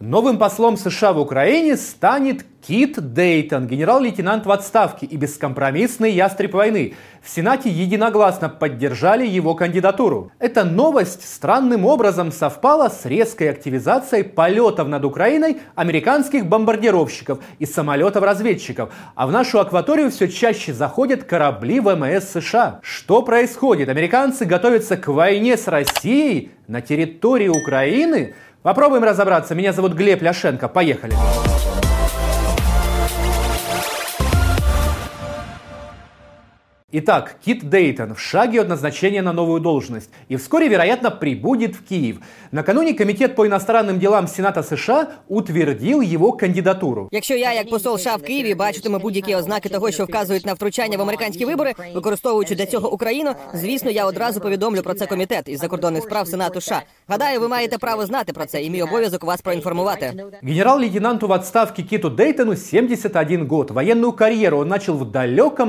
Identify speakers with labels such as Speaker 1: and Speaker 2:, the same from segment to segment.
Speaker 1: Новым послом США в Украине станет Кит Дейтон, генерал-лейтенант в отставке и бескомпромиссный ястреб войны. В Сенате единогласно поддержали его кандидатуру. Эта новость странным образом совпала с резкой активизацией полетов над Украиной американских бомбардировщиков и самолетов-разведчиков. А в нашу акваторию все чаще заходят корабли ВМС США. Что происходит? Американцы готовятся к войне с Россией на территории Украины? Попробуем разобраться. Меня зовут Глеб Ляшенко. Поехали. Итак, Кит Дейтон в шаге от назначения на новую должность и вскоре, вероятно, прибудет в Киев. Накануне Комітет по іностранним ділам Сената США утвердил его кандидатуру.
Speaker 2: Якщо я, як посол США в Києві, бачитиму будь-які ознаки того, що вказують на втручання в американські вибори, використовуючи для цього Україну, звісно, я одразу повідомлю про це Комітет із закордонних справ Сенату США. Гадаю, ви маєте право знати про це, і мій обов'язок вас проінформувати.
Speaker 1: Генерал-лейтенанту в отставке Киту Дейтону 71 год. Военную карьеру он начал в далеком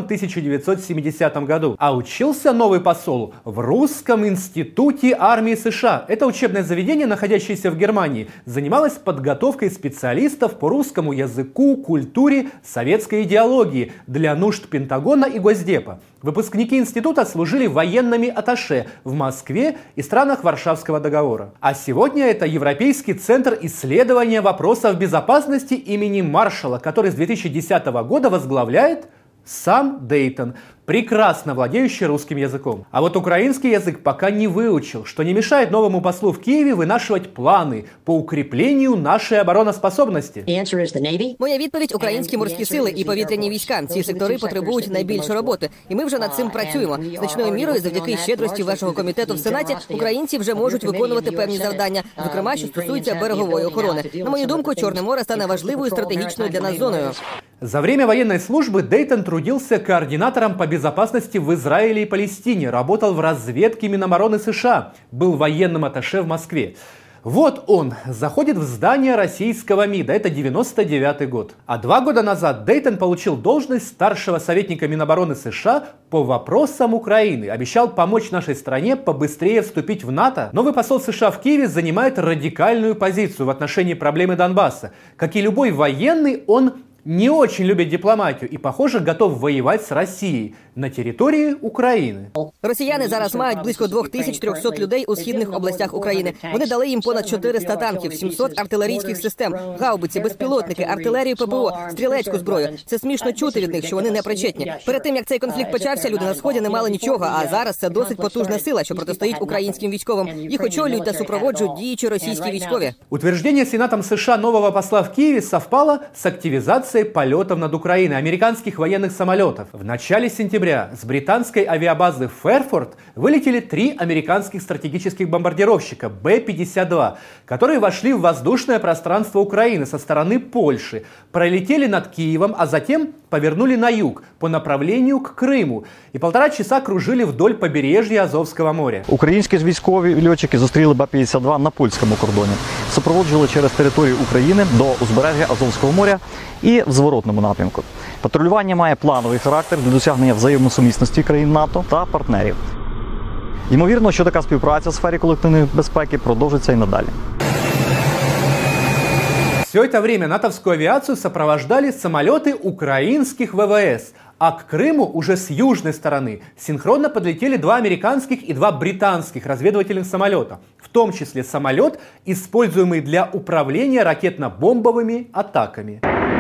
Speaker 1: 1970 году. А учился новый посол в Русском институте армии США. Это учебное заведение, находящееся в Германии, занималось подготовкой специалистов по русскому языку, культуре, советской идеологии для нужд Пентагона и Госдепа. Выпускники института служили военными атташе в Москве и странах Варшавского договора. А сегодня это Европейский центр исследования вопросов безопасности имени Маршалла, который с 2010 года возглавляет сам Дейтон, прекрасно владеющий русским языком. А вот украинский язык пока не выучил, что не мешает новому послу в Киеве вынашивать планы по укреплению нашей обороноспособности.
Speaker 2: Моя відповідь – українські морські сили і повітряні війська. Ці сектори потребують найбільше роботи. І ми вже над цим працюємо. Значною мірою, завдяки щедрості вашого комітету в Сенаті, українці вже можуть виконувати певні завдання, зокрема, що стосується берегової охорони. На мою думку, Чорне море стане важливою стратегічною для нас зоною.
Speaker 1: За время военной службы Дейтон трудился координатором по безопасности в Израиле и Палестине, работал в разведке Минобороны США, был военным атташе в Москве. Вот он заходит в здание российского МИДа, это 99 год. А 2 года назад Дейтон получил должность старшего советника Минобороны США по вопросам Украины. Обещал помочь нашей стране побыстрее вступить в НАТО. Новый посол США в Киеве занимает радикальную позицию в отношении проблемы Донбасса. Как и любой военный, он не очень любит дипломатию и, похоже, готов воевать с Россией на території України.
Speaker 2: Росіяни зараз мають близько 2300 людей у східних областях України. Вони дали їм понад 400 танків, 700 артилерійських систем, гаубиці, безпілотники, артилерію ППО, стрілецьку зброю. Це смішно чути від них, що вони не причетні. Перед тим, як цей конфлікт почався, люди на Сході не мали нічого, а зараз це досить потужна сила, що протистоїть українським військовим. Їх очолюють та супроводжують діючі російські військові.
Speaker 1: Утверждение Сенатом США нового посла в Киеве совпало с активизацией полетов над Украиной американских военных самолетов. В начале сентября с британской авиабазы Ферфорд вылетели 3 американских стратегических бомбардировщика Б-52, которые вошли в воздушное пространство Украины со стороны Польши, пролетели над Киевом, а затем повернули на юг по направлению к Крыму и 1,5 часа кружили вдоль побережья Азовского моря.
Speaker 3: Українські військові льотчики зустріли Б-52 на польському кордоні, супроводжували через територію України до узбережжя Азовського моря і в зворотному напрямку. Патрулювання має плановий характер для досягнення взаємосумісності країн НАТО та партнерів. Ймовірно, що така співпраця в сфері колективної безпеки продовжиться і надалі.
Speaker 1: Все это время натовскую авиацию сопровождали самолеты украинских ВВС, а к Крыму уже с южной стороны синхронно подлетели 2 американских и 2 британских разведывательных самолета, в том числе самолет, используемый для управления ракетно-бомбовыми атаками.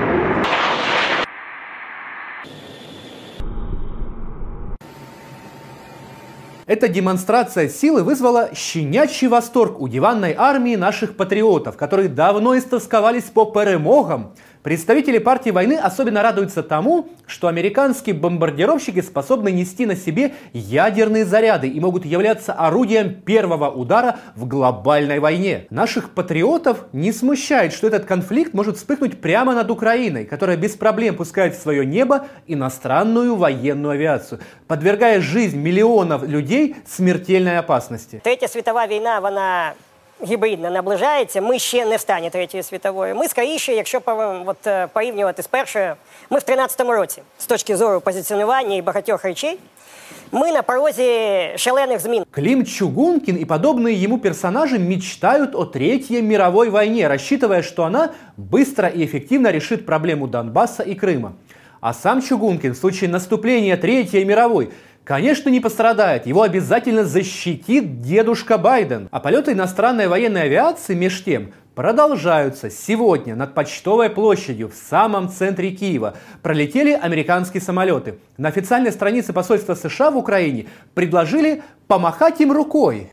Speaker 1: Эта демонстрация силы вызвала щенячий восторг у диванной армии наших патриотов, которые давно истосковались по перемогам. Представители партии войны особенно радуются тому, что американские бомбардировщики способны нести на себе ядерные заряды и могут являться орудием первого удара в глобальной войне. Наших патриотов не смущает, что этот конфликт может вспыхнуть прямо над Украиной, которая без проблем пускает в свое небо иностранную военную авиацию, подвергая жизнь миллионов людей смертельной опасности.
Speaker 4: Третя світова війна, вона гібридно наближається, ми ще не в стані Третьої світової. Ми скоріше, якщо порівнювати з першою, ми в 13-му році, з точки зору позиціонування і багатьох речей, Ми на порозі шалених змін.
Speaker 1: Клим Чугункин и подобные ему персонажи мечтают о Третьей мировой войне, рассчитывая, что она быстро и эффективно решит проблему Донбасса и Крыма. А сам Чугункин в случае наступления Третьей мировой, конечно, не пострадает, его обязательно защитит дедушка Байден. А полеты иностранной военной авиации меж тем продолжаются. Сегодня над Почтовой площадью в самом центре Киева пролетели американские самолеты. На официальной странице посольства США в Украине предложили помахать им рукой.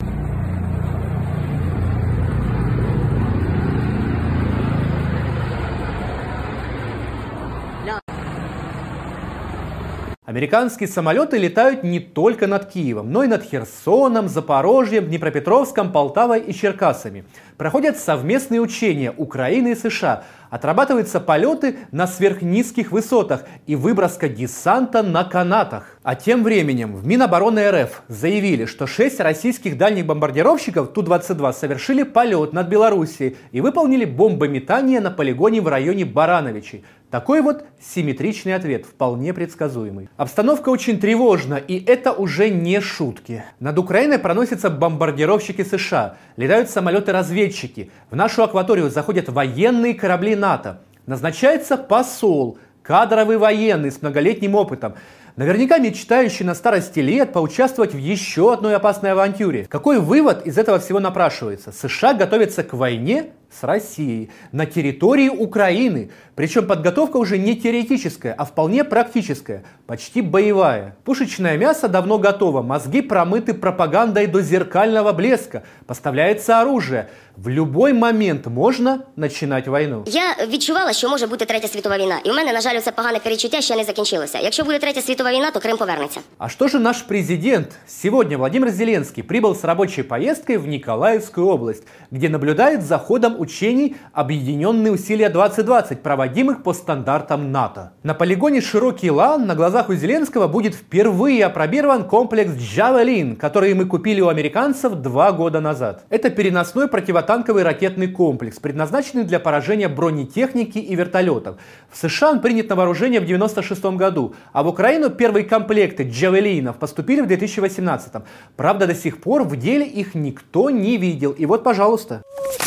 Speaker 1: Американские самолеты летают не только над Киевом, но и над Херсоном, Запорожьем, Днепропетровском, Полтавой и Черкасами. Проходят совместные учения Украины и США. Отрабатываются полеты на сверхнизких высотах и выброска десанта на канатах. А тем временем в Минобороны РФ заявили, что 6 российских дальних бомбардировщиков Ту-22 совершили полет над Белоруссией и выполнили бомбометание на полигоне в районе Барановичей. Такой вот симметричный ответ, вполне предсказуемый. Обстановка очень тревожна, и это уже не шутки. Над Украиной проносятся бомбардировщики США, летают самолеты-разведчики. В нашу акваторию заходят военные корабли НАТО. Назначается посол, кадровый военный с многолетним опытом. Наверняка мечтающий на старости лет поучаствовать в еще одной опасной авантюре. Какой вывод из этого всего напрашивается? США готовятся к войне с Россией на территории Украины. Причем подготовка уже не теоретическая, а вполне практическая, почти боевая. Пушечное мясо давно готово, мозги промыты пропагандой до зеркального блеска. Поставляется оружие. В любой момент можно начинать войну.
Speaker 5: Я відчувала, що може бути Третя світова війна. І у мене, на жаль, це погане перечуття ще не закінчилося. Якщо буде Третя світова війна, то Крим повернеться.
Speaker 1: А что же наш президент? Сегодня Владимир Зеленский прибыл с рабочей поездкой в Николаевскую область, где наблюдает за ходом учений «Объединенные усилия 2020», проводимых по стандартам НАТО. На полигоне «Широкий Лан» на глазах у Зеленского будет впервые опробирован комплекс «Джавелин», который мы купили у американцев 2 года назад. Это переносной противотанковый ракетный комплекс, предназначенный для поражения бронетехники и вертолетов. В США он принят на вооружение в 1996 году, а в Украину первые комплекты «Джавелинов» поступили в 2018. Правда, до сих пор в деле их никто не видел. И вот, пожалуйста.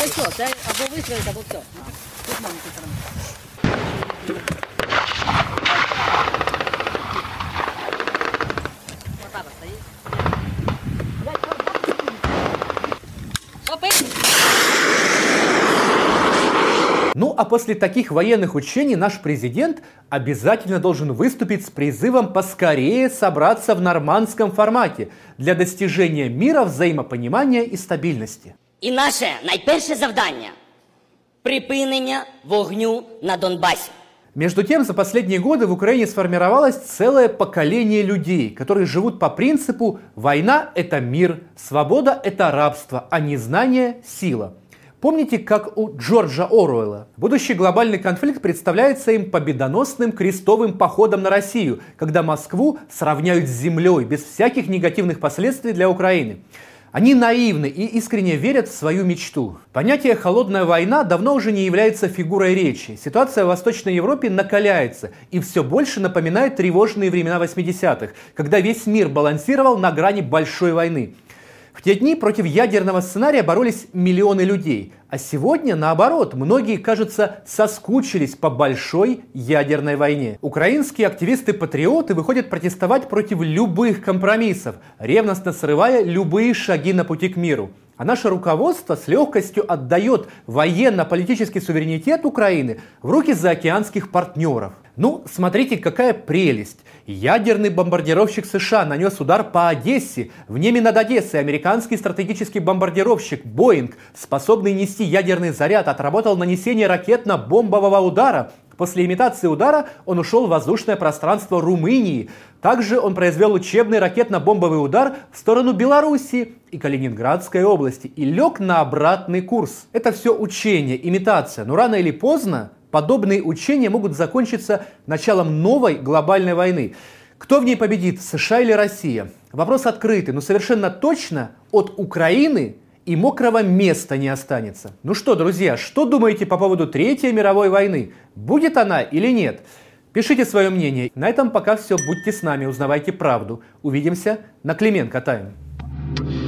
Speaker 2: Або вистрілити, або все. Тут маленький сторони. Отак стоїть.
Speaker 1: Ну а после таких военных учений наш президент обязательно должен выступить с призывом поскорее собраться в нормандском формате для достижения мира, взаимопонимания и стабильности.
Speaker 6: І наше найперше завдання – припинення вогню на Донбасі.
Speaker 1: Между тем, за последние годы в Украине сформировалось целое поколение людей, которые живут по принципу «война – это мир, свобода – это рабство, а незнание – сила». Помните, как у Джорджа Оруэлла? Будущий глобальный конфликт представляется им победоносным крестовым походом на Россию, когда Москву сравняют с землей без всяких негативных последствий для Украины. Они наивны и искренне верят в свою мечту. Понятие «холодная война» давно уже не является фигурой речи. Ситуация в Восточной Европе накаляется и все больше напоминает тревожные времена 80-х, когда весь мир балансировал на грани большой войны. В те дни против ядерного сценария боролись миллионы людей, а сегодня, наоборот, многие, кажется, соскучились по большой ядерной войне. Украинские активисты-патриоты выходят протестовать против любых компромиссов, ревностно срывая любые шаги на пути к миру. А наше руководство с легкостью отдает военно-политический суверенитет Украины в руки заокеанских партнеров. Ну, смотрите, какая прелесть. Ядерный бомбардировщик США нанес удар по Одессе. В небе над Одессой американский стратегический бомбардировщик «Боинг», способный нести ядерный заряд, отработал нанесение ракетно-бомбового удара. После имитации удара он ушел в воздушное пространство Румынии. Также он произвел учебный ракетно-бомбовый удар в сторону Белоруссии и Калининградской области и лег на обратный курс. Это все учение, имитация, но рано или поздно подобные учения могут закончиться началом новой глобальной войны. Кто в ней победит, США или Россия? Вопрос открытый, но совершенно точно от Украины и мокрого места не останется. Ну что, друзья, что думаете по поводу Третьей мировой войны? Будет она или нет? Пишите свое мнение. На этом пока все. Будьте с нами, узнавайте правду. Увидимся на Клименко Тайм.